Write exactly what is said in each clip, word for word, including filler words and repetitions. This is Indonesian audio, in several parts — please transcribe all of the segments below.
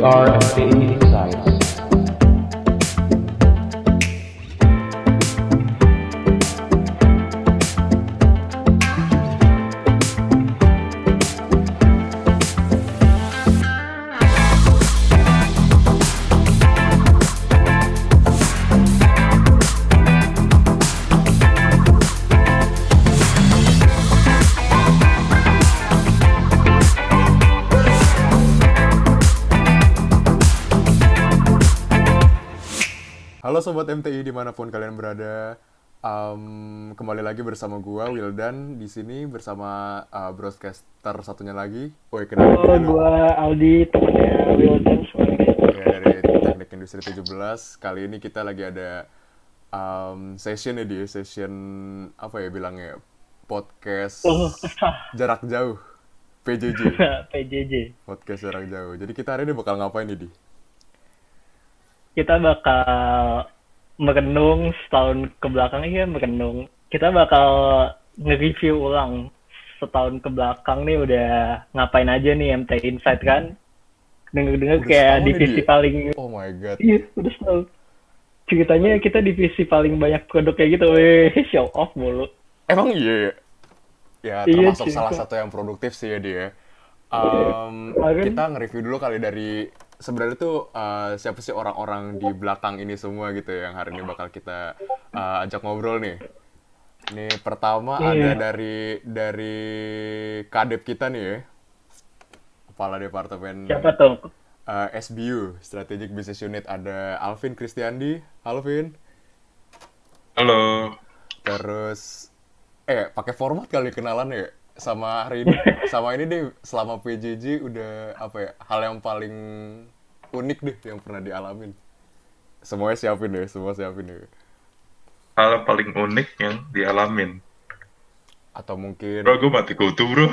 are M T I Insights. Halo Sobat M T I dimanapun kalian berada, um, kembali lagi bersama gua Wildan di sini bersama uh, broadcaster satunya lagi. Woi kenalin Halo, dulu. gua Aldi, temennya Wildan semuanya. Ya dari Teknik Industri tujuh belas. Kali ini kita lagi ada um, session ya di session apa ya bilangnya podcast Oh, jarak jauh P J J. P J J. Podcast jarak jauh. Jadi kita hari ini bakal ngapain nih, Di? Kita bakal merenung setahun ke belakang, iya merenung. Kita bakal nge-review ulang setahun ke belakang nih udah ngapain aja nih M T Insight kan. Denger-denger Udah kayak setahun ya, divisi Di? paling, Oh my god. iya udah setahun. Ceritanya kita divisi paling banyak produk kayak gitu, weh show off mulu. Emang iya ya? Ya Iya, termasuk cuy. salah satu yang produktif sih ya dia. Um, Kemarin- kita nge-review dulu kali dari sebenarnya tuh uh, siapa sih orang-orang di belakang ini semua gitu ya, yang hari ini bakal kita uh, ajak ngobrol nih. Nih pertama Iya. ada dari dari kadep kita nih ya. Kepala Departemen Siapa tuh? uh, S B U, Strategic Business Unit, ada Alvin Kristiandi. Halo Vin. Halo. Terus eh pakai format kali kenalan ya sama hari ini sama ini deh selama P J J udah apa ya hal yang paling unik deh yang pernah dialamin. Semuanya siapin deh, semua siapin deh. Hal yang paling unik yang dialamin. Atau mungkin Bro, gue mati kutu, bro.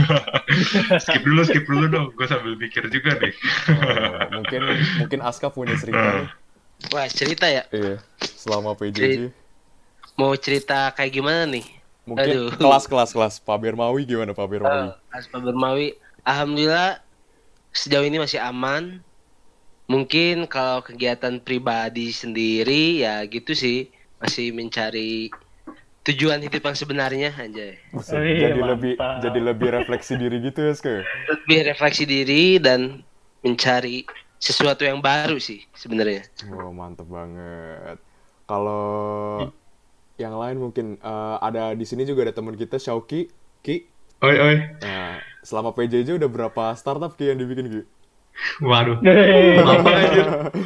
skip dulu, skip dulu dong. Gue sambil mikir juga nih. oh, mungkin mungkin Aska punya cerita nih. Wah, cerita ya? Iya, selama P J J. Ceri- Mau cerita kayak gimana nih? Mungkin Aduh. kelas-kelas kelas Pak Bermawi gimana Pak Bermawi? Uh, Aspa Bermawi, alhamdulillah sejauh ini masih aman. Mungkin kalau kegiatan pribadi sendiri ya gitu sih, masih mencari tujuan hidup yang sebenarnya aja. Buset, Oh iya, jadi lebih mantap. jadi lebih refleksi diri gitu ya, Ska? Lebih refleksi diri dan mencari sesuatu yang baru sih sebenarnya. Wow, mantep banget. Kalau yang lain mungkin eh, ada di sini juga ada teman kita Syauki, Ki. Oi, oi. Nah, selama P J J udah berapa startup Ki yang dibikin Ki? Waduh. Hehehe. Apa aja?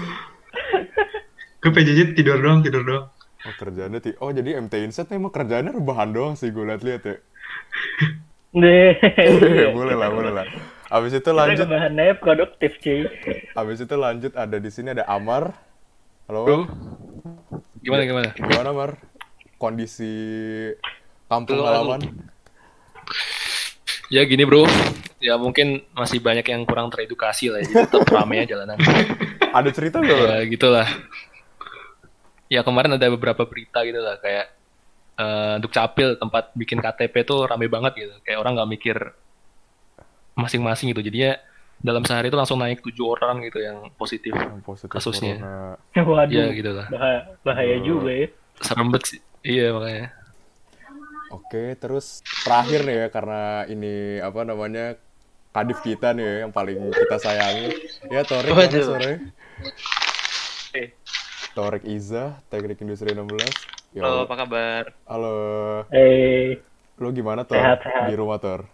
Gue P J J tidur doang, tidur doang. Oh kerjaannya ti. Oh jadi M T Insight emang kerjaannya rebahan doang sih gue liat-liat ya. Nih. boleh lah, boleh lah. Abis itu Kita lanjut, kebahannya produktif, cuy. abis itu lanjut ada di sini ada Amar. Halo. Bro, gimana gimana? Gimana Mar? Kondisi kampung Halo, halo. halaman? Ya gini bro, ya mungkin masih banyak yang kurang teredukasi lah, ya, jadi tetap ramai aja jalanan. Ada cerita nggak? Mar? Ya gitulah. Ya kemarin ada beberapa berita gitu lah, kayak eh, Dukcapil tempat bikin K T P tuh rame banget gitu, kayak orang nggak mikir masing-masing gitu, jadinya dalam sehari itu langsung naik tujuh orang gitu yang positif. Yang positif Kasusnya. corona. Waduh. Ya gitu lah. Bahaya, bahaya juga ya. Serem banget sih. Iya makanya. Oke, terus terakhir nih ya, karena ini apa namanya kadif kita nih ya, yang paling kita sayangi. Ya, Torik mana Waduh. sore? Eh. Torik Iza, Teknik Industri enam belas. Ya, Halo, apa kabar? halo. Eh, Lo gimana, Tor? Sehat, sehat. Di rumah, Tor?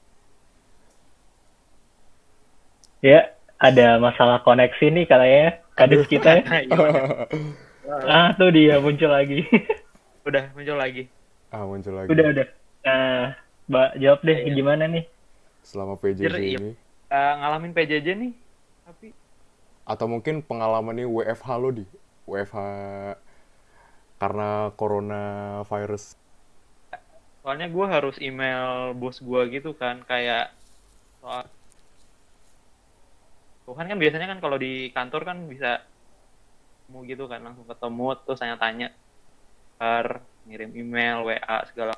ya ada masalah koneksi nih kayaknya kadif kita. ya. Ah, tuh dia muncul lagi. Udah muncul lagi. ah, muncul lagi. udah, udah. Nah, Mbak jawab deh gimana nih? Selama P J J Jadi, iya. ini. Eh, ngalamin P J J nih. Tapi Atau mungkin pengalaman nih W F H lo, Di? W F H karena coronavirus. soalnya gue harus email bos gue gitu kan, kayak soal Tuhan kan biasanya kan kalau di kantor kan bisa ketemu gitu kan, langsung ketemu terus tanya-tanya, ntar ngirim email, W A segala.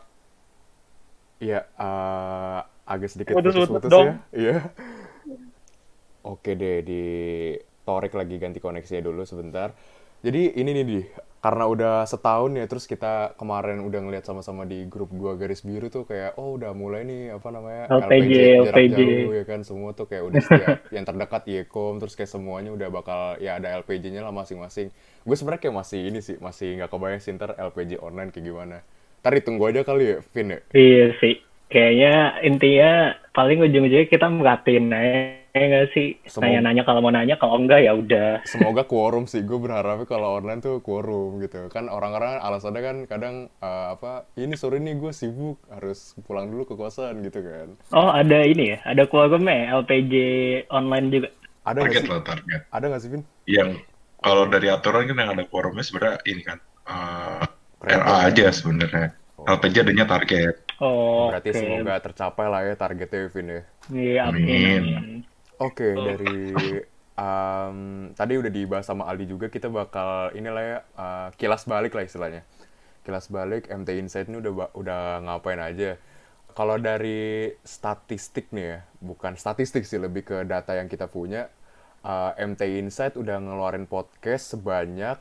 Iya, eh, agak sedikit Putus-putus putus-putus dong. ya. Iya. Oke deh, di Torik lagi ganti koneksinya dulu sebentar. Jadi ini nih, Di. Karena udah setahun ya, terus kita kemarin udah ngeliat sama-sama di grup Gua Garis Biru tuh kayak, oh udah mulai nih, apa namanya, L P J, jarak L P J. jauh ya kan, semua tuh kayak udah setiap yang terdekat Yekom, terus kayak semuanya udah bakal, ya ada L P J-nya lah masing-masing. Gue sebenarnya kayak masih ini sih, masih nggak kebayang sih ntar L P J online kayak gimana. Ntar ditunggu aja kali ya, Vin ya? Iya sih. Kayaknya intinya paling ujung-ujungnya kita merhatiin aja nggak sih? Semoga- Nanya-nanya kalau mau nanya, kalau enggak ya udah. Semoga quorum sih, gue berharapnya kalau online tuh quorum gitu. Kan orang-orang alasannya kan kadang eh, apa, ini sore nih gue sibuk, harus pulang dulu ke kosan gitu kan. Oh, ada ini ya? Ada quorumnya ya? L P J online juga. Ada nggak Target sih? lah target. Ada nggak sih, Vin? Yang kalau dari aturan kan yang ada quorumnya sebenarnya ini kan eh, Keren. R A aja sebenarnya. L P J adanya target. Oh, Berarti oke. semoga tercapai lah ya targetnya, Vin ya. Iya, amin. Amin. amin. Oke, dari em, tadi udah dibahas sama Aldi juga, kita bakal inilah ya, eh, kilas balik lah istilahnya. Kilas balik M T Insight ini udah ba- udah ngapain aja. Kalau dari statistik nih ya, bukan statistik sih, lebih ke data yang kita punya, eh, M T Insight udah ngeluarin podcast sebanyak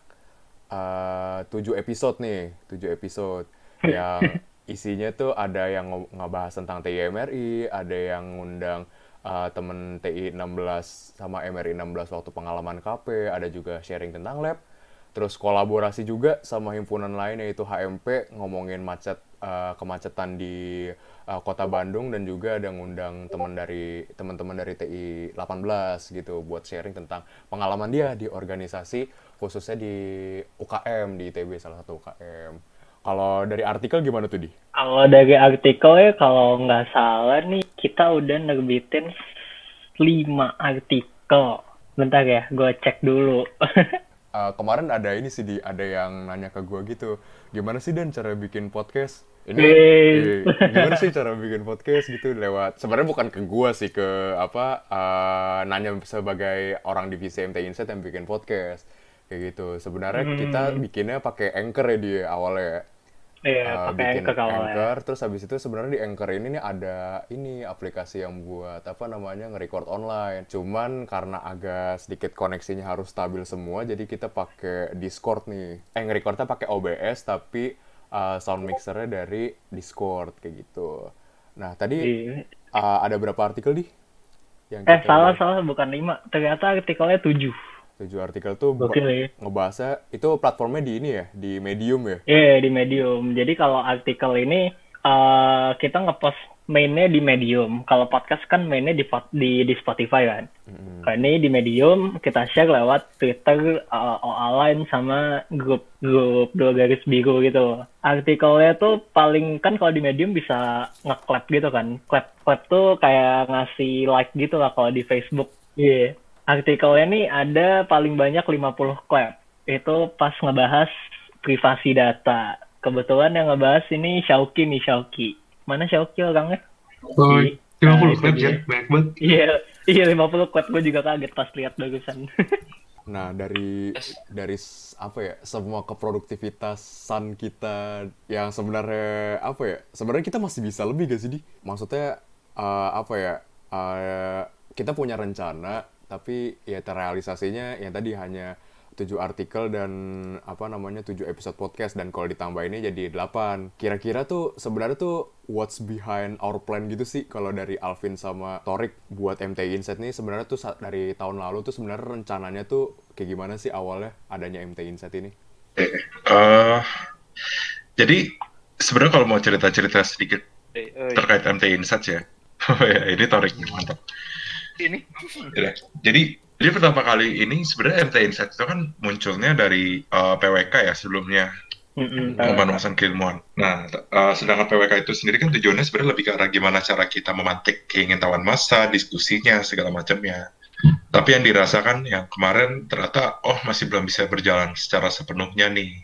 eh, tujuh episode nih, tujuh episode yang isinya tuh ada yang ngo- ngebahas tentang T I M R I, ada yang ngundang uh, temen T I enam belas sama M R I enam belas waktu pengalaman K P, ada juga sharing tentang lab, terus kolaborasi juga sama himpunan lain yaitu H M P ngomongin macet uh, kemacetan di uh, kota Bandung, dan juga ada ngundang teman dari teman-teman dari T I delapan belas gitu buat sharing tentang pengalaman dia di organisasi, khususnya di U K M, di I T B salah satu U K M. Kalau dari artikel gimana tuh, Di? Kalau dari artikelnya, kalau nggak salah nih, kita udah nerbitin lima artikel. Bentar ya, gue cek dulu. Uh, kemarin ada ini sih, Di, ada yang nanya ke gua gitu, gimana sih Dan cara bikin podcast? Ini Yeay. eh, gimana sih cara bikin podcast gitu lewat, sebenarnya bukan ke gua sih, ke apa, uh, nanya sebagai orang divisi M T Insight yang bikin podcast kayak gitu. Sebenarnya kita bikinnya pakai Anchor ya, di awalnya. Iya, Uh, pakai bikin Anchor awalnya. Anchor, terus habis itu sebenarnya di Anchor ini nih ada ini aplikasi yang buat apa namanya, nge-record online. Cuman karena agak sedikit koneksinya harus stabil semua, jadi kita pakai Discord nih. Eh, nge-recordnya pakai O B S tapi uh, sound mixernya dari Discord kayak gitu. Nah, tadi Iya. uh, ada berapa artikel, Di? Yang Eh, kita salah, udah- salah. Bukan lima. Ternyata artikelnya tujuh. tujuh artikel tuh be- Gokil ya. ngebahasnya itu platformnya di ini ya, di Medium ya. Iya, di Medium. Jadi kalau artikel ini, eh, kita ngepost mainnya di Medium. Kalau podcast kan mainnya di pot- di, di Spotify kan. Kalau ini di Medium, kita share lewat Twitter, uh, O A Line, sama grup grup Dua Garis Biru gitu. Artikelnya tuh paling, kan kalau di Medium bisa nge-clap gitu kan. Clap-clap tuh kayak ngasih like gitu lah kalau di Facebook. Iya. Artikelnya nih ada paling banyak lima puluh clap. Itu pas ngebahas privasi data. Kebetulan yang ngebahas ini Syauki nih, Syauki. Mana Syauki orangnya? Oh, Di- lima nah, puluh itu clap dia. ya, banyak banget. Iya, iya lima puluh clap, gue juga kaget pas lihat bagusan. Nah, dari dari s- apa ya, semua keproduktivitasan kita yang sebenarnya apa ya, sebenarnya kita masih bisa lebih gak sih, Di? Maksudnya eh, apa ya, eh, kita punya rencana tapi ya terrealisasinya yang tadi hanya tujuh artikel dan apa namanya tujuh episode podcast, dan kalau ditambah ini jadi delapan. Kira-kira tuh sebenarnya tuh what's behind our plan gitu sih kalau dari Alvin sama Torik buat M T Insight nih, sebenarnya tuh sa- dari tahun lalu tuh sebenarnya rencananya tuh kayak gimana sih awalnya adanya M T Insight ini? Eh, jadi sebenarnya kalau mau cerita-cerita sedikit Eh, eh, terkait M T Insights ya. Oh ya, ini Torik nih, mantap. ini Ya, jadi jadi pertama kali ini sebenarnya M T Insights itu kan munculnya dari eh, P W K ya sebelumnya, Mm-mm, pemanasan keilmuan. Nah, t- eh, sedangkan P W K itu sendiri kan tujuannya sebenarnya lebih ke arah gimana cara kita memantik keingintahuan massa, diskusinya, segala macamnya. Tapi yang dirasakan yang kemarin ternyata, oh masih belum bisa berjalan secara sepenuhnya nih.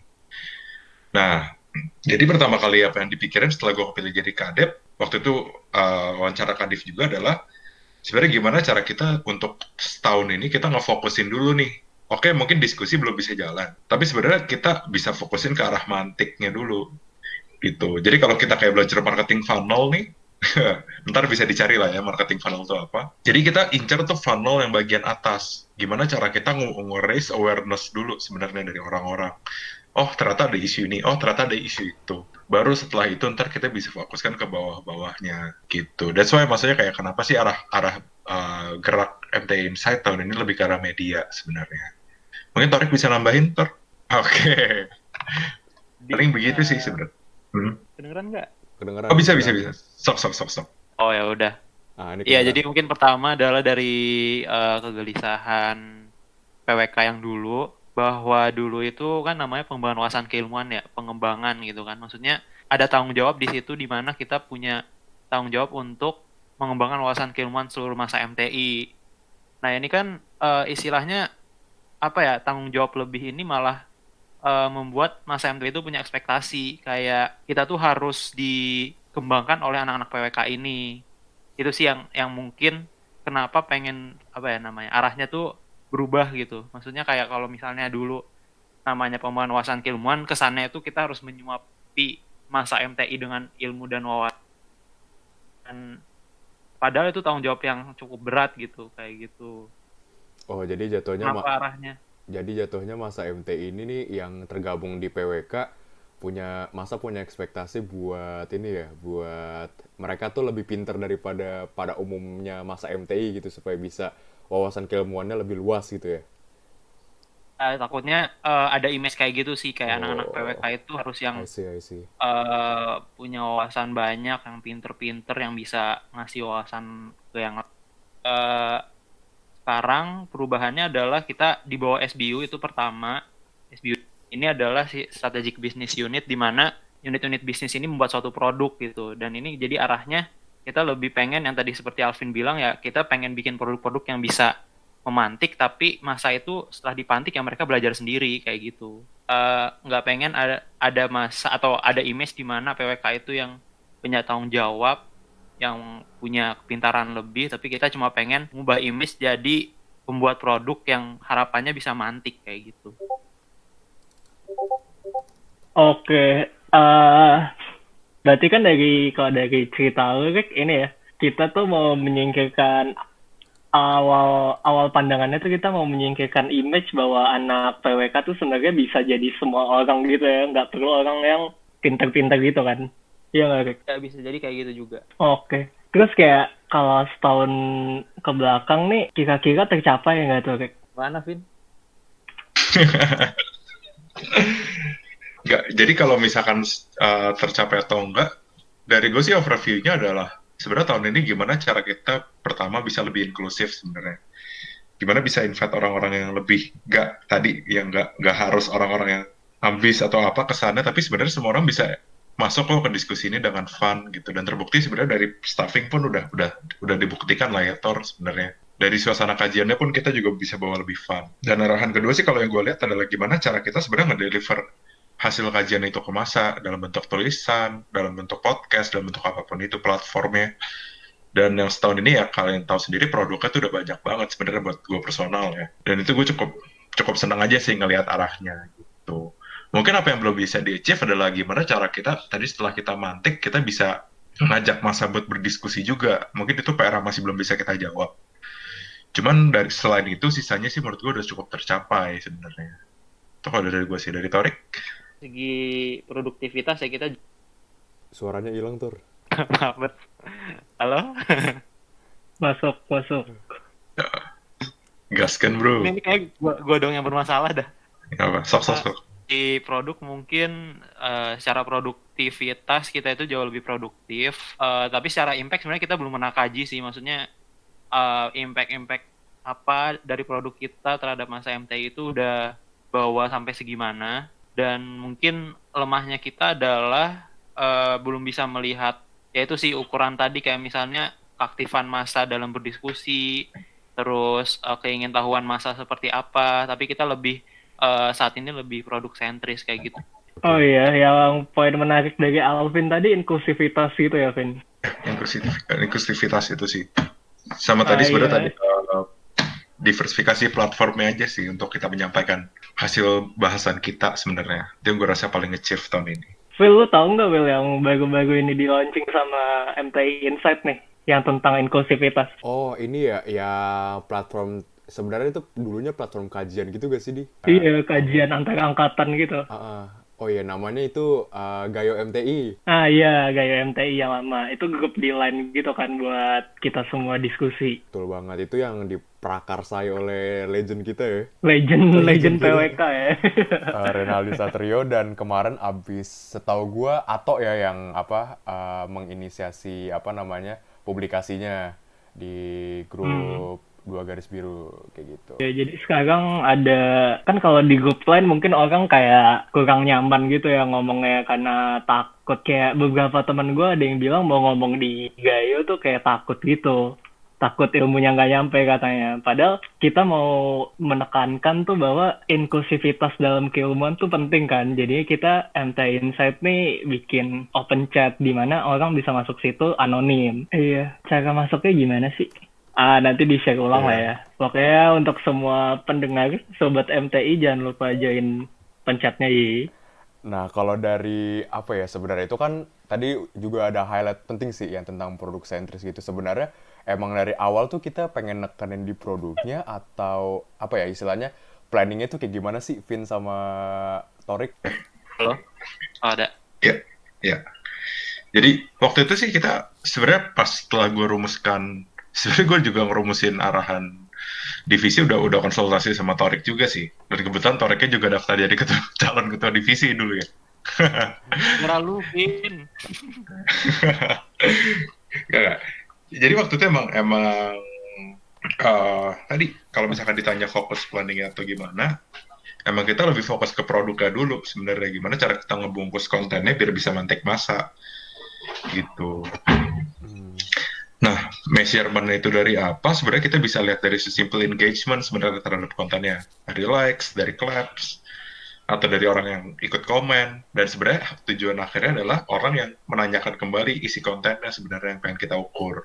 Nah, jadi pertama kali apa yang dipikirin setelah gue kepilih jadi kadep, waktu itu eh, wawancara kadif juga adalah, sebenarnya gimana cara kita untuk setahun ini kita ngefokusin dulu nih. Oke, mungkin diskusi belum bisa jalan, tapi sebenarnya kita bisa fokusin ke arah mantiknya dulu, gitu. Jadi kalau kita kayak belajar marketing funnel nih, Ntar bisa dicari lah ya marketing funnel itu apa. Jadi kita incer tuh funnel yang bagian atas. Gimana cara kita nge-raise awareness dulu sebenarnya dari orang-orang. Oh ternyata ada isu ini, oh ternyata ada isu itu. Baru setelah itu ntar kita bisa fokuskan ke bawah-bawahnya gitu. That's why maksudnya kayak kenapa sih arah arah uh, gerak M T I Insight tahun ini lebih ke arah media sebenarnya. Mungkin Torik bisa nambahin, Tor? Oke. Paling begitu sih sebenarnya. Hmm. Kedengeran nggak? Kedengeran. Oh bisa bisa bisa. Sok sok sok sok. Oh ya udah. Ah, ini Iya, kedengeran. jadi mungkin pertama adalah dari eh, kegelisahan P W K yang dulu, bahwa dulu itu kan namanya pengembangan wawasan keilmuan ya, pengembangan gitu kan. Maksudnya ada tanggung jawab di situ di mana kita punya tanggung jawab untuk mengembangkan wawasan keilmuan seluruh masa M T I. Nah, ini kan eh, istilahnya apa ya, tanggung jawab lebih ini malah eh, membuat masa M T I itu punya ekspektasi kayak kita tuh harus dikembangkan oleh anak-anak P W K ini. Itu sih yang yang mungkin kenapa pengen apa ya namanya arahnya tuh berubah gitu. Maksudnya kayak kalau misalnya dulu namanya pengembangan wawasan keilmuan, kesannya itu kita harus menyuapi masa M T I dengan ilmu dan wawasan. Padahal itu tanggung jawab yang cukup berat gitu, kayak gitu. Oh, jadi jatuhnya Kenapa ma- arahnya? jadi jatuhnya masa M T I ini nih yang tergabung di P W K punya masa punya ekspektasi buat ini ya, buat mereka tuh lebih pintar daripada pada umumnya masa M T I gitu supaya bisa wawasan keilmuannya lebih luas gitu ya. Eh, takutnya eh, ada image kayak gitu sih, kayak Oh. anak-anak P W K itu harus yang I see, I see. eh, punya wawasan banyak, yang pinter-pinter, yang bisa ngasih wawasan ke yang eh, sekarang perubahannya adalah kita di bawah S B U itu pertama. S B U ini adalah si strategic business unit di mana unit-unit bisnis ini membuat suatu produk gitu. Dan ini jadi arahnya kita lebih pengen yang tadi seperti Alvin bilang ya, kita pengen bikin produk-produk yang bisa memantik, tapi masa itu setelah dipantik ya mereka belajar sendiri kayak gitu. Eh, nggak pengen ada ada masa atau ada image di mana P W K itu yang punya tanggung jawab, yang punya kepintaran lebih, tapi kita cuma pengen mengubah image jadi pembuat produk yang harapannya bisa mantik kayak gitu. Oke, eh berarti kan dari kalau dari cerita lu Rick, ini ya, kita tuh mau menyingkirkan awal awal pandangannya tuh kita mau menyingkirkan image bahwa anak P W K tuh sebenarnya bisa jadi semua orang gitu ya, nggak perlu orang yang pintar-pintar gitu kan. Iya nggak Rick? Ya, bisa jadi kayak gitu juga. Oke. Terus kayak kalau setahun ke belakang nih, kira-kira tercapai nggak tuh Rick? Mana, Vin? Nggak, jadi kalau misalkan uh, tercapai atau enggak, dari gue sih overview-nya adalah sebenarnya tahun ini gimana cara kita pertama bisa lebih inklusif sebenarnya. Gimana bisa invite orang-orang yang lebih nggak tadi, yang nggak nggak harus orang-orang yang ambis atau apa kesana, tapi sebenarnya semua orang bisa masuk kok ke diskusi ini dengan fun gitu. Dan terbukti sebenarnya dari staffing pun udah udah udah dibuktikan lah ya Tor sebenarnya. Dari suasana kajiannya pun kita juga bisa bawa lebih fun. Dan arahan kedua sih kalau yang gue lihat adalah gimana cara kita sebenarnya nge-deliver hasil kajian itu ke massa dalam bentuk tulisan, dalam bentuk podcast, dalam bentuk apapun itu platformnya. Dan yang setahun ini ya kalian tahu sendiri produknya tuh udah banyak banget sebenarnya buat gue personal ya. Dan itu gue cukup cukup senang aja sih ngelihat arahnya gitu. Mungkin apa yang belum bisa di-achieve adalah gimana cara kita tadi setelah kita mantik kita bisa ngajak massa buat berdiskusi juga. Mungkin itu P R yang masih belum bisa kita jawab. Cuman dari selain itu sisanya sih menurut gue udah cukup tercapai sebenarnya. Itu kalau dari gue sih, dari Torik. Segi produktivitas ya kita Suaranya hilang, Tur. maaf. Halo? Masuk, masuk. Gaskan bro. Ini kayak gua, gua dong yang bermasalah dah. Nggak apa, sok sok sok. Di produk mungkin eh, secara produktivitas kita itu jauh lebih produktif, Eh, tapi secara impact sebenarnya kita belum pernah kaji sih, maksudnya eh, impact-impact apa dari produk kita terhadap masa M T I itu udah bawa sampai segimana, dan mungkin lemahnya kita adalah eh, belum bisa melihat yaitu sih ukuran tadi, kayak misalnya keaktifan massa dalam berdiskusi, terus uh, keingintahuan massa seperti apa, tapi kita lebih uh, saat ini lebih produk sentris kayak gitu. Oh iya, yang poin menarik dari Alvin tadi inklusivitas gitu ya, Vin? Inklusif- inklusivitas itu sih. Sama Ah, tadi sebenarnya iya. tadi uh, diversifikasi platformnya aja sih untuk kita menyampaikan hasil bahasan kita sebenarnya. Itu yang gue rasa paling nge-achieve tahun ini. Will, lu tahu nggak Will yang baru-baru ini di launching sama M T I Insight nih, yang tentang inklusivitas? Oh, ini ya, ya platform sebenarnya itu dulunya platform kajian gitu gak sih, Di? Iya, kajian antar angkatan gitu. Ah, ah. Oh iya, namanya itu uh, Gayo M T I. Ah iya, gaya M T I yang lama. Itu grup di line gitu kan buat kita semua diskusi. Betul banget, itu yang diprakarsai oleh legend kita ya. Legend, legend P W K ya. uh, Renaldi Satrio, dan kemarin abis setahu gua Ato ya yang apa uh, menginisiasi apa namanya publikasinya di grup dua garis biru kayak gitu. Ya, jadi sekarang ada, kan kalau di grup lain mungkin orang kayak kurang nyaman gitu ya ngomongnya karena takut. Kayak beberapa teman gue ada yang bilang mau ngomong di Gayo tuh kayak takut gitu. Takut ilmunya nggak nyampe katanya. Padahal kita mau menekankan tuh bahwa inklusivitas dalam keilmuan tuh penting kan. Jadi kita M T I Insight nih bikin open chat di mana orang bisa masuk situ anonim. Iya, cara masuknya gimana sih? Ah, nanti di-share ulang lah ya. Pokoknya untuk semua pendengar, Sobat M T I jangan lupa join penchatnya ya. Nah, kalau dari apa ya sebenarnya itu kan tadi juga ada highlight penting sih yang tentang produk sentris gitu. Sebenarnya emang dari awal tuh kita pengen nekenin di produknya atau apa ya istilahnya planningnya tuh kayak gimana sih Vin sama Torik? Halo? Oh, ada. Ya, ya. Jadi waktu itu sih kita sebenarnya pas setelah gue rumuskan, sebenarnya gue juga ngerumusin arahan divisi, udah udah konsultasi sama Torik juga sih. Dan kebetulan Toriknya juga daftar jadi ketua, calon ketua divisi dulu ya. Terlalu Vin. Gak, jadi waktu itu emang emang uh, tadi kalau misalkan ditanya fokus planningnya atau gimana, emang kita lebih fokus ke produknya dulu sebenarnya, gimana cara kita ngebungkus kontennya biar bisa mantek masa gitu. Nah, measurement itu dari apa? Sebenarnya kita bisa lihat dari sesimpel engagement sebenarnya terhadap kontennya. Dari likes, dari claps, atau dari orang yang ikut komen. Dan sebenarnya tujuan akhirnya adalah orang yang menanyakan kembali isi kontennya sebenarnya yang pengen kita ukur.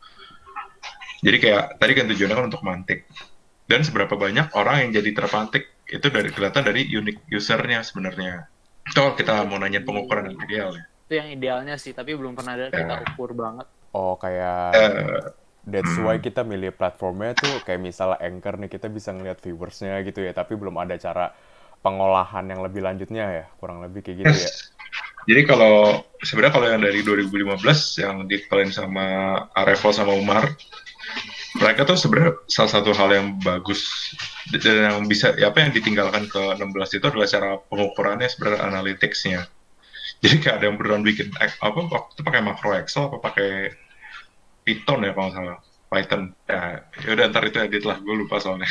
Jadi kayak, tadi kan tujuannya kan untuk mantik. Dan seberapa banyak orang yang jadi terpantik, itu dari kelihatan dari unique usernya sebenarnya. Itu kalau kita mau nanyain pengukuran yang ideal ya. Itu yang idealnya sih, tapi belum pernah ada kita ukur banget. Oh, kayak Uh, that's why kita milih platformnya tuh kayak misalnya Anchor nih, kita bisa ngeliat viewersnya gitu ya, tapi belum ada cara pengolahan yang lebih lanjutnya ya, kurang lebih kayak gitu ya. Jadi kalau sebenarnya kalau yang dari dua ribu lima belas yang dikelain sama Arevo sama Umar, mereka tuh sebenarnya salah satu hal yang bagus dan yang bisa ya apa yang ditinggalkan ke enam belas itu adalah cara pengukurannya sebenarnya analytics-nya. Jadi kayak ada yang beneran bikin apa waktu itu pakai makro Excel apa pakai Python ya kalau nggak salah, Python. Ya, yaudah ntar itu edit lah, gue lupa soalnya.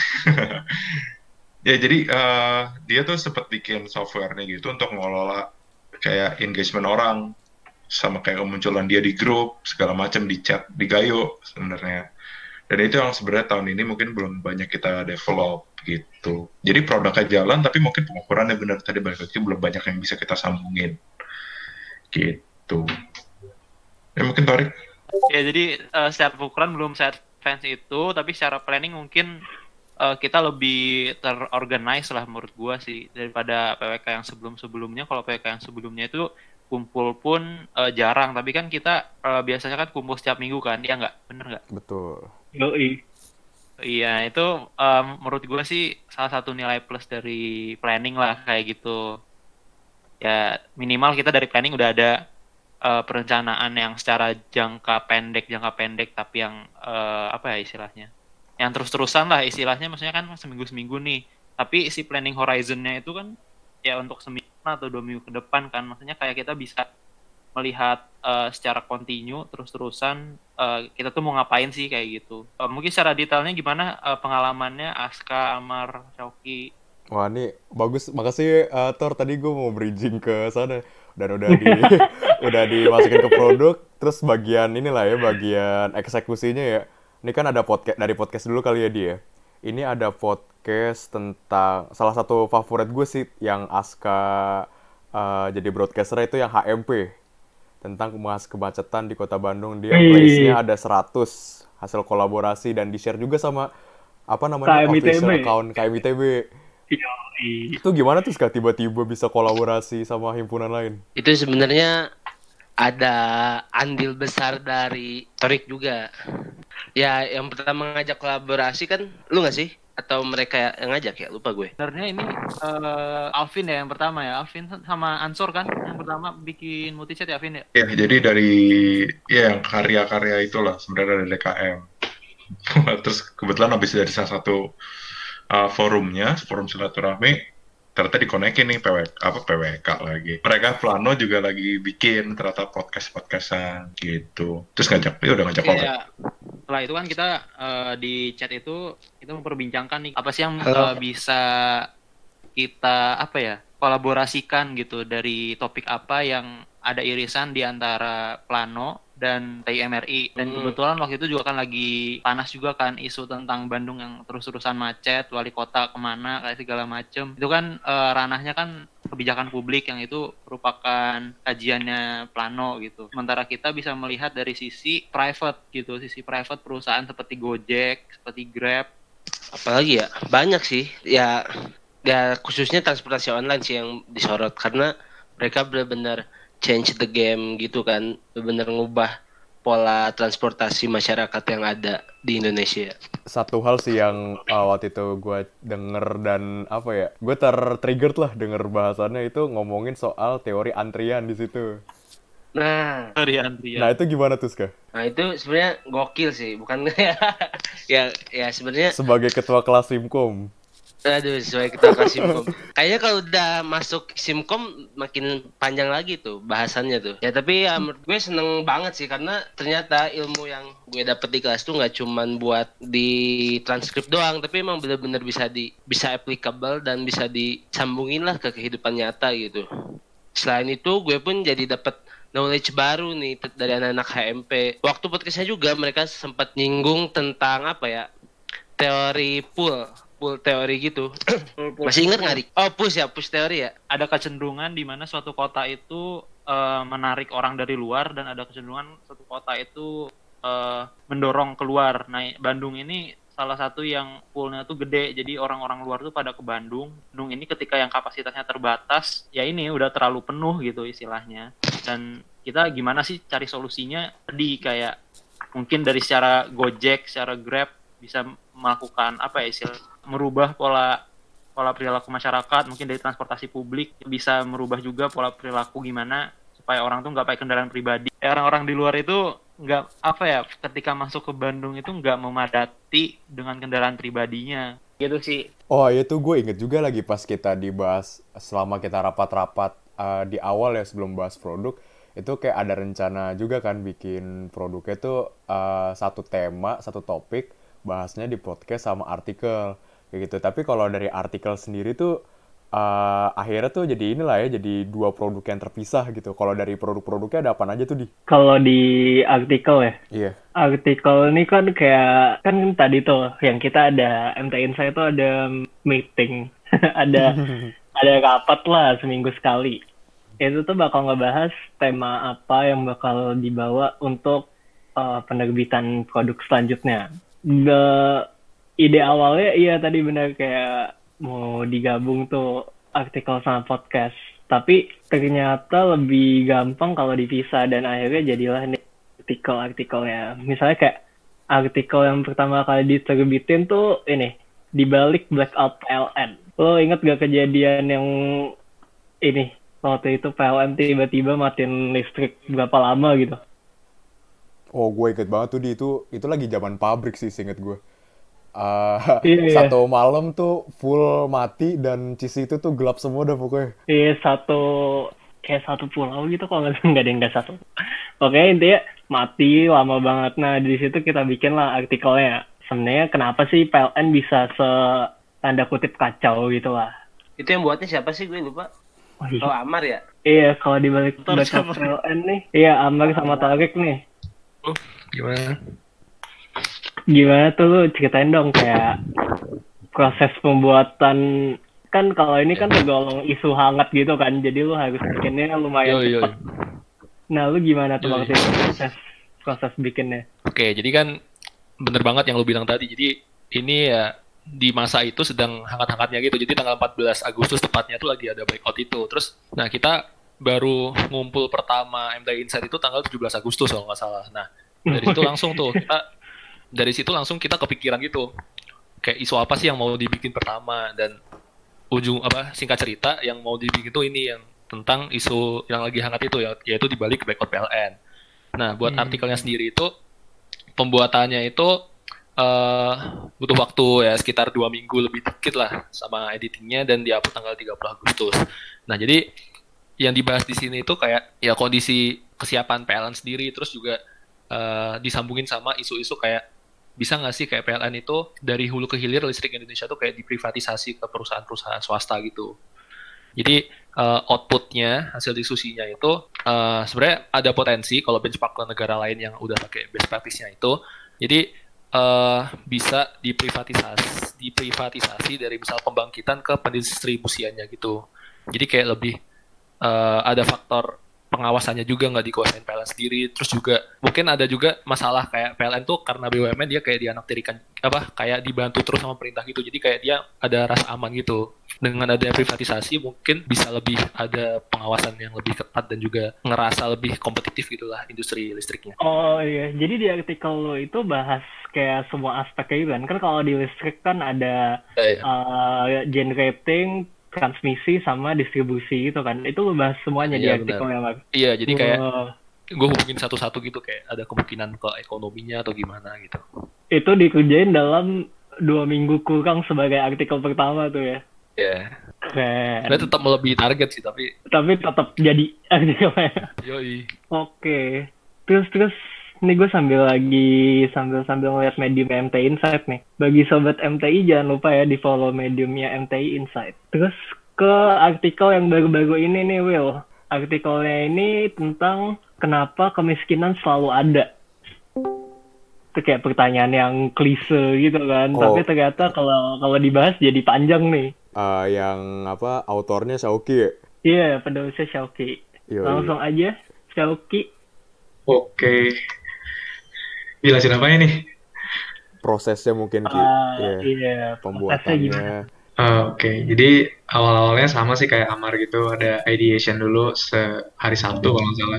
Ya jadi uh, dia tuh sempat bikin software-nya gitu untuk mengelola kayak engagement orang sama kayak kemunculan dia di grup segala macam di chat di Gayo sebenarnya. Dan itu yang sebenarnya tahun ini mungkin belum banyak kita develop gitu. Jadi produknya jalan tapi mungkin pengukurannya benar tadi balik lagi belum banyak yang bisa kita sambungin gitu. Ya mungkin Torik. Ya jadi uh, secara pengukuran belum se-advance itu, tapi secara planning mungkin uh, kita lebih terorganize lah menurut gua sih daripada P W K yang sebelum-sebelumnya. Kalau P W K yang sebelumnya itu kumpul pun uh, jarang, tapi kan kita uh, biasanya kan kumpul setiap minggu kan, ya nggak? Bener nggak? Betul. Yoi. Iya, itu um, menurut gua sih salah satu nilai plus dari planning lah kayak gitu. Ya minimal kita dari planning udah ada uh, perencanaan yang secara jangka pendek, jangka pendek tapi yang uh, apa ya istilahnya? Yang terus-terusan lah istilahnya, maksudnya kan seminggu-seminggu nih. Tapi si planning horizon-nya itu kan ya untuk seminggu atau dua minggu ke depan kan. Maksudnya kayak kita bisa melihat uh, secara kontinu terus-terusan uh, kita tuh mau ngapain sih kayak gitu. Uh, mungkin secara detailnya gimana uh, pengalamannya Aska, Amar, Shoki? Wah, ini bagus. Makasih uh, Tor, tadi gue mau bridging ke sana dan udah di udah dimasukin ke produk. Terus bagian inilah ya, bagian eksekusinya ya. Ini kan ada podcast, dari podcast dulu kali ya dia. Ini ada podcast tentang salah satu favorit gue sih yang Aska uh, jadi broadcaster itu yang H M P. Tentang membahas kemacetan di Kota Bandung. Dia place-nya ada seratus hasil kolaborasi dan di-share juga sama apa namanya K M I T B. official account K M I T B. Yoi. Itu gimana tuh Ska tiba-tiba bisa kolaborasi sama himpunan lain? Itu sebenarnya ada andil besar dari Torik juga. Ya, yang pertama ngajak kolaborasi kan lu nggak sih? Atau mereka yang ngajak ya? Lupa gue. Sebenarnya ini eh, Alvin ya yang pertama ya. Alvin sama Ansor kan yang pertama bikin multichat ya Alvin ya. Ya, jadi dari ya yang karya-karya itulah sebenarnya dari D K M. Terus kebetulan habis dari salah satu uh, forumnya, forum silaturahmi, ternyata dikonekin nih P W K, apa P W K lagi. Mereka Plano juga lagi bikin ternyata podcast-podcastan gitu. Terus ngajak, ya udah ngajak Oke, kontak. ya. Setelah itu kan kita eh, di chat itu kita memperbincangkan nih apa sih yang Halo. eh, bisa kita apa ya kolaborasikan gitu dari topik apa yang ada irisan di antara Plano dan T I M R I dan Hmm. kebetulan waktu itu juga kan lagi panas juga kan isu tentang Bandung yang terus-terusan macet, wali kota kemana kayak segala macem itu kan eh, ranahnya kan kebijakan publik yang itu merupakan kajiannya Plano gitu. Sementara kita bisa melihat dari sisi private gitu, sisi private perusahaan seperti Gojek, seperti Grab. Apalagi ya, banyak sih. Ya, ya khususnya transportasi online sih yang disorot karena mereka benar-benar change the game gitu kan, benar-benar ngubah pola transportasi masyarakat yang ada di Indonesia. Satu hal sih yang uh, waktu itu gue denger dan apa ya, gue ter-triggered lah denger bahasannya itu ngomongin soal teori antrian di situ. Nah, Dari Andrea. Nah itu gimana tuh Ska? nah itu sebenarnya gokil sih, bukan ya ya sebenarnya Sebagai ketua kelas Simkom. aduh sesuai kita kasih Simkom. Kayaknya kalau udah masuk Simkom makin panjang lagi tuh bahasannya tuh. Ya tapi ya menurut gue seneng banget sih karena ternyata ilmu yang gue dapet di kelas tuh nggak cuman buat di transkrip doang, tapi emang bener-bener bisa di bisa applicable dan bisa disambungin lah ke kehidupan nyata gitu. Selain itu gue pun jadi dapet knowledge baru nih t- dari anak-anak H M P. Waktu podcastnya juga mereka sempat nyinggung tentang apa ya teori pool pool teori gitu. Masih inget nggak Dik? Oh push ya push teori ya. Ada kecenderungan di mana suatu kota itu eh, menarik orang dari luar dan ada kecenderungan suatu kota itu eh, mendorong keluar. Nah, Bandung ini salah satu yang poolnya tuh gede, jadi orang-orang luar tuh pada ke Bandung. Bandung ini ketika yang kapasitasnya terbatas, ya ini udah terlalu penuh gitu istilahnya. Dan kita gimana sih cari solusinya? Di kayak mungkin dari secara Gojek, secara Grab bisa melakukan apa ya istilah merubah pola pola perilaku masyarakat, mungkin dari transportasi publik bisa merubah juga pola perilaku gimana supaya orang tuh nggak pakai kendaraan pribadi. Eh, orang-orang di luar itu nggak apa ya ketika masuk ke Bandung itu nggak memadati dengan kendaraan pribadinya gitu sih. Oh iya tuh gue inget juga lagi pas kita dibahas selama kita rapat-rapat uh, di awal ya sebelum bahas produk itu kayak ada rencana juga kan bikin produknya tuh uh, satu tema, satu topik bahasnya di podcast sama artikel kayak gitu. Tapi kalau dari artikel sendiri tuh uh, akhirnya tuh jadi inilah ya jadi dua produk yang terpisah gitu. Kalau dari produk-produknya ada apa aja tuh di? Kalau di artikel ya, Iya. artikel ini kan kayak kan tadi tuh yang kita ada M T Insight itu ada meeting, ada ada rapat lah seminggu sekali. Itu tuh bakal ngebahas tema apa yang bakal dibawa untuk uh, penerbitan produk selanjutnya. The ide awalnya iya tadi benar kayak mau digabung tuh artikel sama podcast. Tapi ternyata lebih gampang kalau dipisah dan akhirnya jadilah nih artikel-artikelnya. Misalnya kayak artikel yang pertama kali diterbitin tuh ini dibalik blackout P L N. Lo inget gak kejadian yang ini waktu itu P L N tiba-tiba matiin listrik berapa lama gitu? Oh gue inget banget tuh di itu itu lagi zaman pabrik sih seinget gue. Uh, Iya, iya. Satu malam tuh full mati dan Cici itu tuh gelap semua dah pokoknya. Iya satu kayak satu pulau gitu kalau nggak nggak ada yang nggak satu. Oke intinya mati lama banget. Nah di situ kita bikin lah artikelnya. Sebenarnya kenapa sih P L N bisa se tanda kutip kacau gitu lah? Itu yang buatnya siapa sih gue lupa. Oh, iya. Oh Amar ya. Iya kalau dibalik Ntar balik siapa? P L N nih, iya Amar sama Tarik nih. Oh, gimana? Gimana tuh lu ceritain dong kayak proses pembuatan kan kalau ini kan tergolong isu hangat gitu kan, jadi lu harus bikinnya lumayan Yo, yo, cepat. Nah lu gimana tuh Yo, waktu itu proses proses bikinnya? Oke, jadi kan bener banget yang lu bilang tadi. Jadi ini ya di masa itu sedang hangat-hangatnya gitu. Jadi tanggal empat belas Agustus tepatnya tuh lagi ada breakout itu. Terus nah kita baru ngumpul pertama M T I Insight itu tanggal tujuh belas Agustus kalau nggak salah. Nah, dari situ langsung tuh kita dari situ langsung kita kepikiran gitu. Kayak isu apa sih yang mau dibikin pertama, dan ujung apa singkat cerita yang mau dibikin tuh ini yang tentang isu yang lagi hangat itu ya, yaitu dibalik breakout P L N. Nah, buat hmm. artikelnya sendiri itu pembuatannya itu Uh, butuh waktu ya sekitar dua minggu lebih dikit lah sama editingnya, dan di-upload tanggal tiga puluh Agustus. Nah, jadi yang dibahas di sini itu kayak ya kondisi kesiapan P L N sendiri, terus juga uh, disambungin sama isu-isu kayak bisa nggak sih kayak P L N itu dari hulu ke hilir listrik Indonesia tuh kayak diprivatisasi ke perusahaan-perusahaan swasta gitu. Jadi uh, outputnya, hasil diskusinya itu uh, sebenarnya ada potensi kalau benchmark ke negara lain yang udah pakai best practice-nya itu. Jadi Uh, bisa diprivatisasi, diprivatisasi dari misal pembangkitan ke pendistribusiannya gitu. Jadi kayak lebih uh, ada faktor pengawasannya juga nggak dikuasain P L N sendiri. Terus juga mungkin ada juga masalah kayak P L N tuh karena B U M N dia kayak dianaktirikan apa kayak dibantu terus sama pemerintah gitu. Jadi kayak dia ada rasa aman gitu. Dengan adanya privatisasi mungkin bisa lebih ada pengawasan yang lebih ketat dan juga ngerasa lebih kompetitif gitulah industri listriknya. Oh iya, jadi di artikel lo itu bahas kayak semua aspeknya gitu kan. Kan kalau di listrik kan ada eh, iya. uh, generating, transmisi sama distribusi gitu kan. Itu lo bahas semuanya iya, di artikelnya, Mas. Iya, jadi kayak uh, gue hubungin satu-satu gitu kayak ada kemungkinan ke ekonominya atau gimana gitu. Itu dikerjain dalam dua minggu kurang sebagai artikel pertama tuh ya. Iya. Keren. Sebenarnya tetap melebihi target sih, tapi tapi tetap jadi artikelnya. Yoi. Oke. Terus terus ini gue sambil lagi sambil sambil ngeliat medium M T I Insight nih. Bagi sobat M T I jangan lupa ya di follow mediumnya M T I Insight. Terus ke artikel yang baru-baru ini nih, Will. Artikelnya ini tentang kenapa kemiskinan selalu ada. Itu kayak pertanyaan yang klise gitu kan. Oh. Tapi ternyata kalau kalau dibahas jadi panjang nih. Uh, yang apa autornya Shauki ya? Iya, yeah, penulisnya Shauki. Yoi. Langsung aja Shauki. Oke. Jelasin apa ini? Prosesnya mungkin Ki. Uh, yeah. Iya, Pembuatannya. Uh, Oke, okay. Jadi awal-awalnya sama sih kayak Amar gitu, ada ideation dulu sehari Sabtu kalau nggak salah.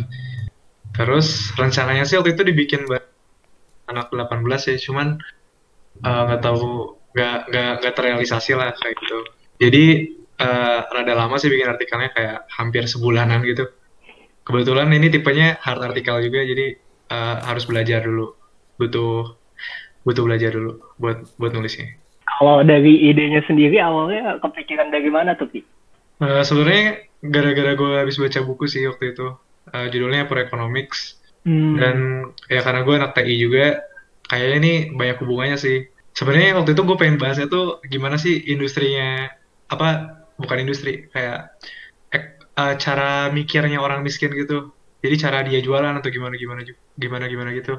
Terus rencananya sih waktu itu dibikin buat anak delapan belas ya, cuman nggak uh, tahu nggak nggak nggak terrealisasi lah kayak gitu. Jadi uh, rada lama sih bikin artikelnya kayak hampir sebulanan gitu. Kebetulan ini tipenya hard artikel juga, jadi uh, harus belajar dulu, butuh butuh belajar dulu buat buat nulisnya. Kalau dari idenya sendiri awalnya kepikiran dari mana tuh Ki? Uh, sebenarnya gara-gara gue habis baca buku sih waktu itu, uh, judulnya Pro-Economics. Hmm. Dan ya karena gue anak T I juga, kayaknya ini banyak hubungannya sih. Sebenarnya waktu itu gue pengen bahasnya tuh gimana sih industrinya, apa bukan industri, kayak eh, uh, cara mikirnya orang miskin gitu. Jadi cara dia jualan atau gimana gimana gimana gimana gitu.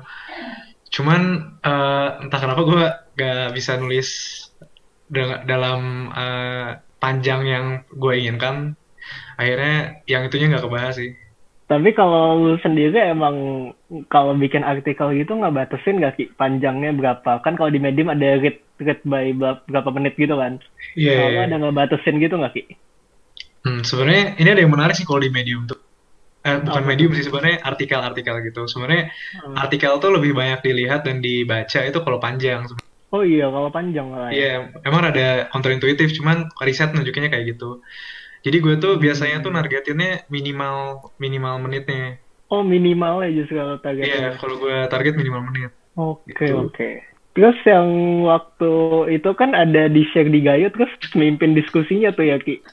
Cuman uh, entah kenapa gue gak bisa nulis dal- dalam uh, panjang yang gue inginkan. Akhirnya yang itunya gak kebahas sih. Tapi kalau lu sendiri emang kalau bikin artikel gitu nggak batasin nggak Ki panjangnya berapa? Kan kalau di Medium ada read read by berapa menit gitu kan? Iya. Yeah, kalau yeah. Ada nggak batasin gitu nggak Ki? Hmm, sebenarnya ini ada yang menarik sih kalau di Medium tuh. Eh, bukan oh. Medium sih sebenarnya artikel-artikel gitu. Sebenarnya hmm. artikel tuh lebih banyak dilihat dan dibaca itu kalau panjang. Oh iya kalau panjang lah. Iya, yeah, emang ada counterintuitive, cuman riset nunjukinnya kayak gitu. Jadi gue tuh biasanya tuh nargetinnya minimal minimal menitnya. Oh minimal ya justru kalau targetnya. Iya, kalau gue target minimal menit. Oke okay, gitu. Oke. Okay. Terus yang waktu itu kan ada di share di Gayo, terus mimpin diskusinya tuh ya Ki?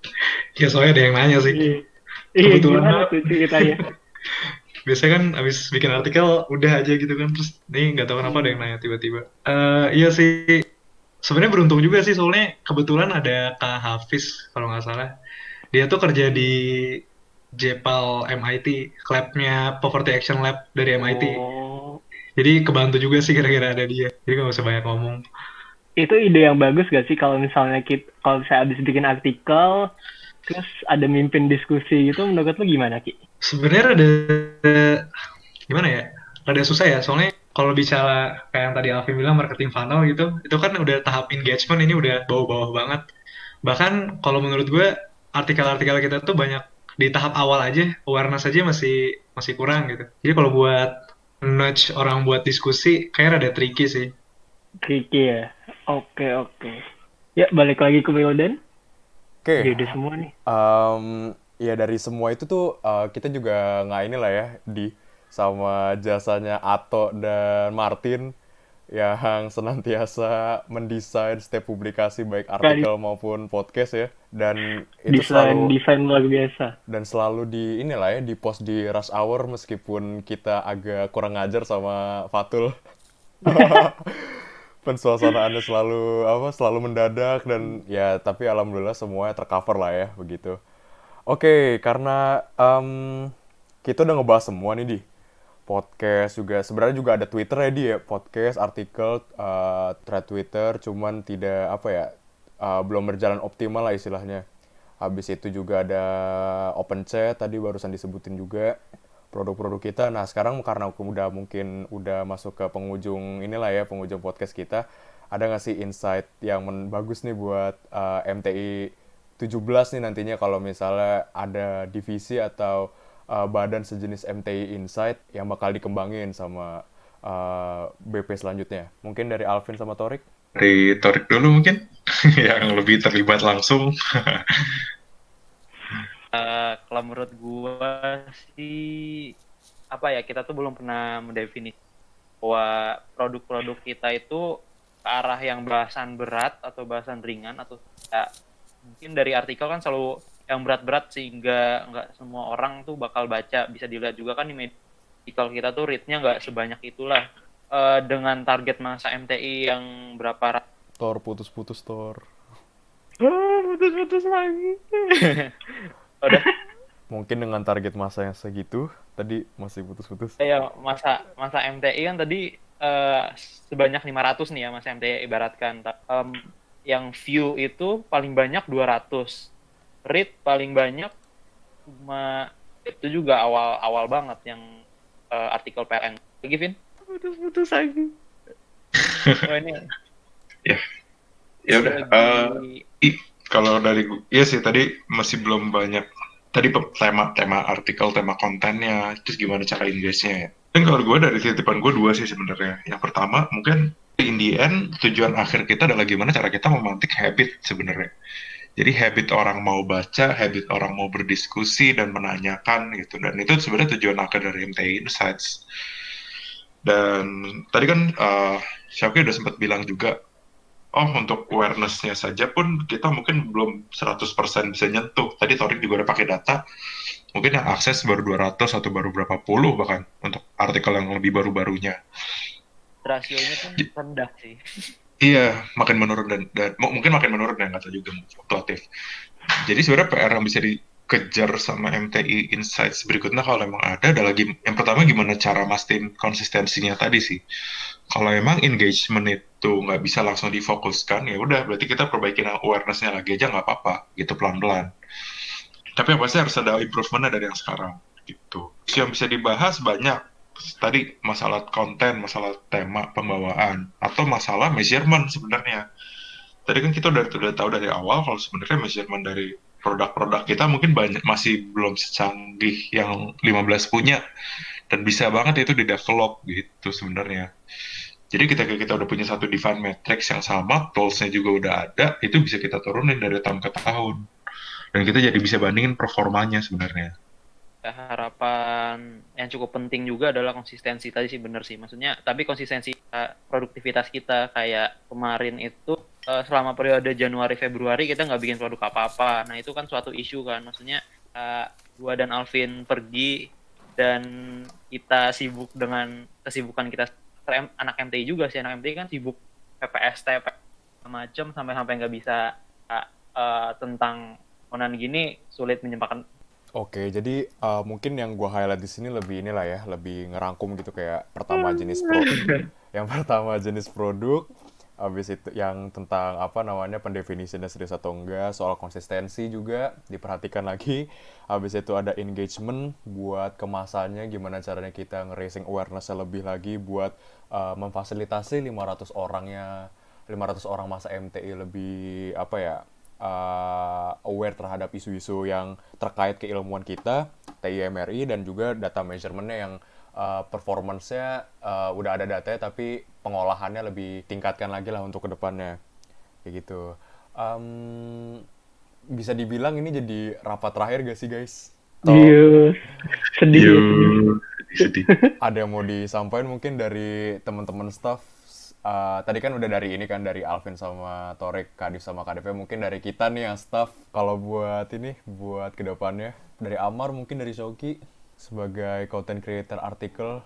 Ya soalnya ada yang nanya sih. Iya gimana tuh ceritanya? Biasanya kan abis bikin artikel udah aja gitu kan, terus nih nggak tahu kenapa ada yang nanya tiba-tiba. Uh, iya sih. Sebenarnya beruntung juga sih, soalnya kebetulan ada Kak Hafiz kalau nggak salah. Dia tuh kerja di J P A L M I T, lab-nya Poverty Action Lab dari M I T. Oh. Jadi kebantu juga sih kira-kira ada dia. Jadi nggak usah banyak ngomong. Itu ide yang bagus gak sih kalau misalnya kita, kalau saya habis bikin artikel, terus ada mimpin diskusi gitu, menurut lo gimana Ki? Sebenarnya ada, gimana ya? Rada susah ya, soalnya kalau bicara kayak yang tadi Alvin bilang marketing funnel gitu, itu kan udah tahap engagement, ini udah bawah-bawah banget. Bahkan kalau menurut gue artikel-artikel kita tuh banyak di tahap awal aja, awareness aja masih masih kurang gitu. Jadi kalau buat nudge orang buat diskusi kayak rada tricky sih. Tricky ya. Oke oke. Ya balik lagi ke Wildan. Oke. Jadi udah semua nih. Um, ya dari semua itu tuh uh, kita juga nggak inilah ya di sama jasanya Ato dan Martin yang senantiasa mendesain setiap publikasi baik artikel maupun podcast ya, dan itu Desain selalu desain luar biasa. dan selalu di inilah ya di post di rush hour meskipun kita agak kurang ngajar sama Fatul. Pensuasanaannya selalu apa selalu mendadak dan ya tapi alhamdulillah semuanya tercover lah ya begitu. Oke, karena um, kita udah ngebahas semua nih di podcast juga, sebenarnya juga ada Twitter ya di ya, podcast, artikel, uh, thread Twitter, cuman tidak apa ya uh, belum berjalan optimal lah istilahnya. Habis itu juga ada open chat tadi barusan disebutin juga produk-produk kita. Nah sekarang karena udah mungkin udah masuk ke penghujung inilah ya penghujung podcast kita, ada nggak sih insight yang men- bagus nih buat uh, M T I tujuh belas nih nantinya kalau misalnya ada divisi atau uh, badan sejenis M T I Insight yang bakal dikembangin sama uh, B P selanjutnya. Mungkin dari Alvin sama Torik? Dari Torik dulu mungkin, yang lebih terlibat langsung. Uh, kalau menurut gua sih apa ya, kita tuh belum pernah mendefinisi bahwa produk-produk kita itu ke arah yang bahasan berat atau bahasan ringan atau ya, mungkin dari artikel kan selalu yang berat-berat sehingga nggak semua orang tuh bakal baca. Bisa dilihat juga kan di media artikel kita tuh read-nya nggak sebanyak itulah. Uh, dengan target masa M T I yang berapa ratus Tor putus-putus Tor. oh, putus-putus lagi. Udah. Mungkin dengan target masa yang segitu tadi masih putus-putus. Ya masa masa M T I kan tadi uh, sebanyak lima ratus nih ya masa M T I ibaratkan. Um, yang view itu paling banyak dua ratus. Read paling banyak cuma itu juga awal-awal banget yang uh, artikel P L N. Lagi Vin? Putus-putus lagi. Oh ini. Ya. Ya udah. Uh, kalau dari gue, iya sih tadi masih belum banyak. Tadi tema tema artikel, tema kontennya, terus gimana cara engage-nya ya. Dan kalau gue dari titipan gue dua sih sebenarnya. Yang pertama mungkin in the end tujuan akhir kita adalah gimana cara kita memantik habit sebenarnya. Jadi habit orang mau baca, habit orang mau berdiskusi dan menanyakan gitu. Dan itu sebenarnya tujuan akhir dari M T I Insights. Dan tadi kan uh, Syafqi udah sempat bilang juga, oh untuk awareness-nya saja pun kita mungkin belum seratus persen bisa nyentuh. Tadi Torik juga udah pakai data, mungkin yang akses baru dua ratus atau baru berapa puluh bahkan untuk artikel yang lebih baru-barunya. Rasionya pun rendah sih. Iya, makin menurun dan, dan mungkin makin menurun ya, nggak tahu juga fluktuatif. Jadi sebenarnya P R yang bisa dikejar sama M T I Insights berikutnya kalau memang ada adalah gim- yang pertama gimana cara mastiin konsistensinya tadi sih. Kalau emang engagement itu nggak bisa langsung difokuskan, ya udah berarti kita perbaikin awareness-nya lagi aja nggak apa-apa, gitu pelan-pelan. Tapi yang pasti harus ada improvement-nya dari yang sekarang, gitu. Yang bisa dibahas banyak. Tadi masalah konten, masalah tema, pembawaan, atau masalah measurement sebenarnya. Tadi kan kita udah, udah tahu dari awal kalau sebenarnya measurement dari produk-produk kita mungkin banyak masih belum secanggih yang lima belas punya. Dan bisa banget itu di-develop gitu sebenarnya. Jadi kita kita udah punya satu define matrix yang sama, tools-nya juga udah ada, itu bisa kita turunin dari tahun ke tahun. Dan kita jadi bisa bandingin performanya sebenarnya. Harapan yang cukup penting juga adalah konsistensi tadi sih, bener sih maksudnya, tapi konsistensi uh, produktivitas kita kayak kemarin itu uh, selama periode Januari Februari kita nggak bikin produk apa-apa. Nah itu kan suatu isu kan, maksudnya uh, gua dan Alvin pergi dan kita sibuk dengan kesibukan kita, anak M T I juga sih, anak M T I kan sibuk P P S T macam sampai-sampai nggak bisa uh, uh, tentang onan gini sulit menyempatkan. Oke, jadi uh, mungkin yang gue highlight di sini lebih inilah ya, lebih ngerangkum gitu kayak pertama jenis produk, yang pertama jenis produk, Habis itu yang tentang apa namanya pendefinisiannya serius atau enggak, soal konsistensi juga diperhatikan lagi. Habis itu ada engagement buat kemasannya, gimana caranya kita nge-raising awareness-nya lebih lagi buat uh, memfasilitasi lima ratus orangnya, lima ratus orang masa M T I lebih apa ya, uh, aware terhadap isu-isu yang terkait keilmuan kita, T I M R I, dan juga data measurement-nya yang Uh, performance-nya uh, udah ada datanya tapi pengolahannya lebih tingkatkan lagi lah untuk kedepannya kayak gitu. Um, bisa dibilang ini jadi rapat terakhir gak sih guys? Iya, sedih. Yo, sedih. Ada yang mau disampaikan mungkin dari teman-teman staff? Uh, tadi kan udah dari ini kan, dari Alvin sama Torek, Kadif sama K D P. Mungkin dari kita nih yang staff, kalau buat ini, buat kedepannya dari Amar, mungkin dari Shoki sebagai content creator artikel.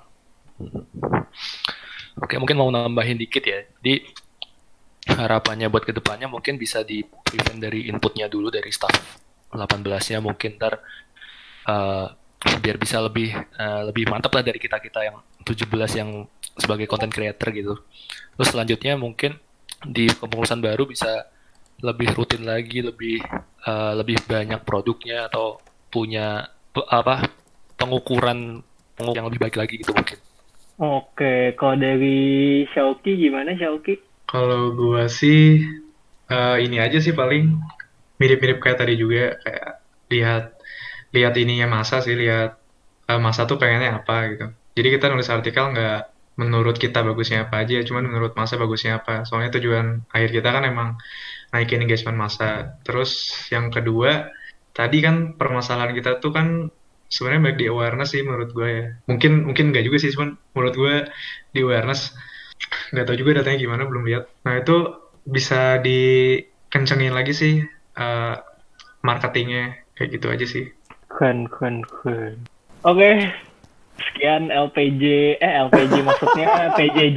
Oke, mungkin mau nambahin dikit ya. Jadi harapannya buat kedepannya mungkin bisa di prevent dari inputnya dulu dari staff delapan belas-nya, mungkin ntar uh, biar bisa lebih uh, lebih mantap lah dari kita-kita yang tujuh belas yang sebagai content creator gitu. Terus selanjutnya mungkin di kepengurusan baru bisa lebih rutin lagi, lebih uh, lebih banyak produknya atau punya apa pengukuran yang lebih baik lagi gitu mungkin. Oke, kalau dari Shauki gimana Shauki? Kalau gua sih uh, ini aja sih paling mirip-mirip kayak tadi juga, kayak lihat lihat ininya masa sih, lihat uh, masa tuh pengennya apa gitu. Jadi kita nulis artikel nggak menurut kita bagusnya apa aja, cuman menurut masa bagusnya apa. Soalnya tujuan akhir kita kan emang naikin engagement masa. Terus yang kedua, tadi kan permasalahan kita tuh kan sebenarnya baik di awareness sih menurut gue ya. Mungkin mungkin nggak juga sih, cuman menurut gue di awareness. Nggak tahu juga datanya gimana, belum lihat. Nah itu bisa dikencengin lagi sih uh, marketingnya, kayak gitu aja sih. Keren, keren, keren. Oke, sekian L P J, eh L P J maksudnya P J J.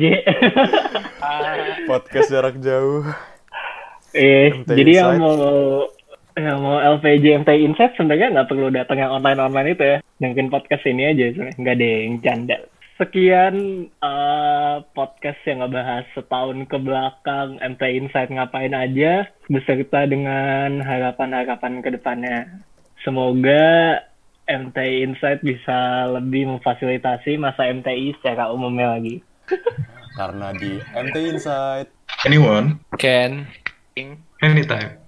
Podcast jarak jauh. Eh, M T jadi yang Insight. mau yang mau L P J M T Insight sebenarnya nggak perlu datang yang online-online itu ya. Mungkin podcast ini aja sebenarnya, nggak ada yang canda. Sekian uh, podcast yang ngebahas setahun ke belakang M T Insight ngapain aja, beserta dengan harapan-harapan ke depannya. Semoga M T Insight bisa lebih memfasilitasi masa M T I secara umumnya lagi. Karena di M T Insight Anyone? Ken. Anytime.